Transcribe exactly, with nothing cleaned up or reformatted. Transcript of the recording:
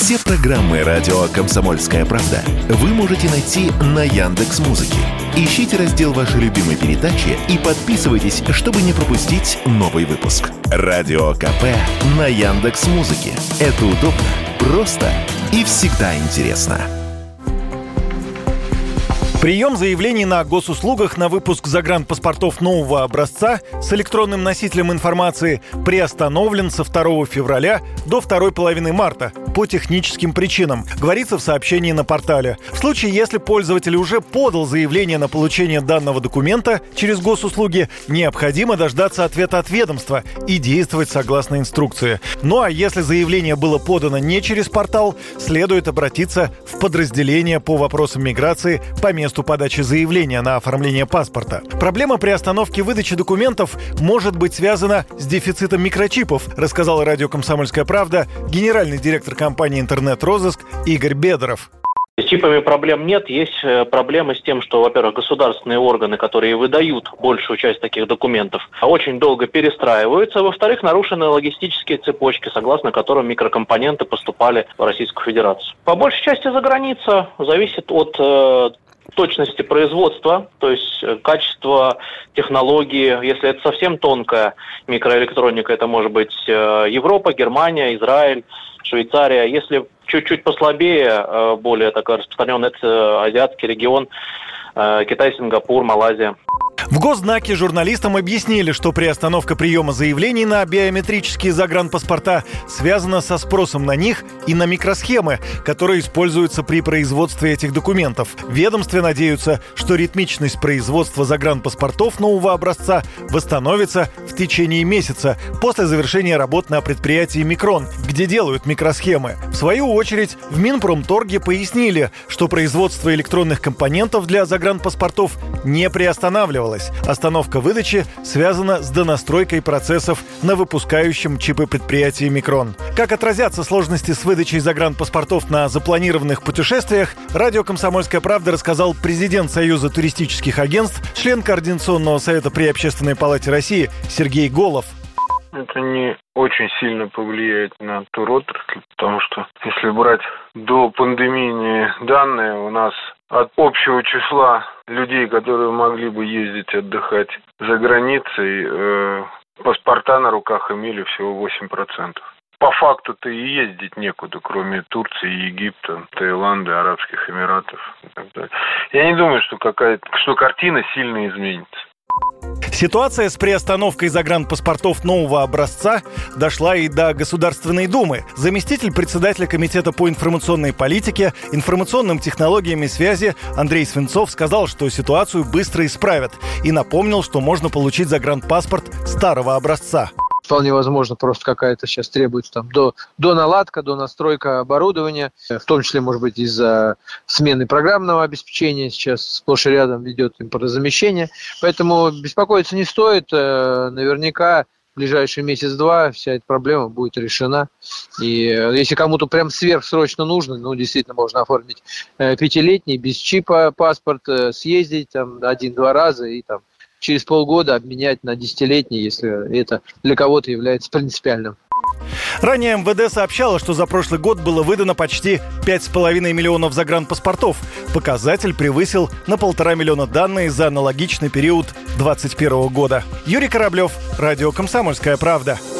Все программы радио «Комсомольская правда» вы можете найти на Яндекс.Музыке. Ищите раздел вашей любимой передачи и подписывайтесь, чтобы не пропустить новый выпуск. Радио КП на Яндекс.Музыке. Это удобно, просто и всегда интересно. Прием заявлений на госуслугах на выпуск загранпаспортов нового образца с электронным носителем информации приостановлен со второго февраля до второй половины марта по техническим причинам, говорится в сообщении на портале. В случае, если пользователь уже подал заявление на получение данного документа через госуслуги, необходимо дождаться ответа от ведомства и действовать согласно инструкции. Ну а если заявление было подано не через портал, следует обратиться в подразделение по вопросам миграции по месту месту подачи заявления на оформление паспорта. Проблема при остановке выдачи документов может быть связана с дефицитом микрочипов, рассказал радио «Комсомольская правда» генеральный директор компании «Интернет-розыск» Игорь Бедаров. С чипами проблем нет. Есть проблемы с тем, что, во-первых, государственные органы, которые выдают большую часть таких документов, очень долго перестраиваются. Во-вторых, нарушены логистические цепочки, согласно которым микрокомпоненты поступали в Российскую Федерацию. По большей части за граница зависит от э, точности производства, то есть качество технологии. Если это совсем тонкая микроэлектроника, это может быть Европа, Германия, Израиль, Швейцария. Если чуть-чуть послабее, более такой распространенный, это азиатский регион, Китай, Сингапур, Малайзия. В Госзнаке журналистам объяснили, что приостановка приема заявлений на биометрические загранпаспорта связана со спросом на них и на микросхемы, которые используются при производстве этих документов. В ведомстве надеются, что ритмичность производства загранпаспортов нового образца восстановится в течение месяца после завершения работ на предприятии «Микрон», где делают микросхемы. В свою очередь, в Минпромторге пояснили, что производство электронных компонентов для загранпаспортов не приостанавливалось. Остановка выдачи связана с донастройкой процессов на выпускающем чипы предприятии «Микрон». Как отразятся сложности с выдачей загранпаспортов на запланированных путешествиях, радио «Комсомольская правда» рассказал президент Союза туристических агентств, член Координационного совета при Общественной палате России Сергей Голов. Это не очень сильно повлияет на туротрасль, потому что если брать до пандемийные данные, у нас от общего числа людей, которые могли бы ездить отдыхать за границей, э, паспорта на руках имели всего восемь процентов. По факту-то и ездить некуда, кроме Турции, Египта, Таиланда, Арабских Эмиратов и так далее. Я не думаю, что какая-то, что картина сильно изменится. Ситуация с приостановкой загранпаспортов нового образца дошла и до Государственной Думы. Заместитель председателя Комитета по информационной политике, информационным технологиям и связи Андрей Свинцов сказал, что ситуацию быстро исправят, и напомнил, что можно получить загранпаспорт старого образца. Вполне возможно, просто какая-то сейчас требуется там до, до наладка, до настройка оборудования, в том числе, может быть, из-за смены программного обеспечения. Сейчас сплошь и рядом идет импортозамещение. Поэтому беспокоиться не стоит. Наверняка в ближайший месяц-два вся эта проблема будет решена. И если кому-то прям сверхсрочно нужно, ну, действительно, можно оформить пятилетний без чипа паспорт, съездить там один-два раза и там через полгода обменять на десятилетний, если это для кого-то является принципиальным. Ранее эм вэ дэ сообщало, что за прошлый год было выдано почти пять с половиной миллионов загранпаспортов. Показатель превысил на полтора миллиона данные за аналогичный период двадцать первого года. Юрий Кораблев, радио «Комсомольская правда».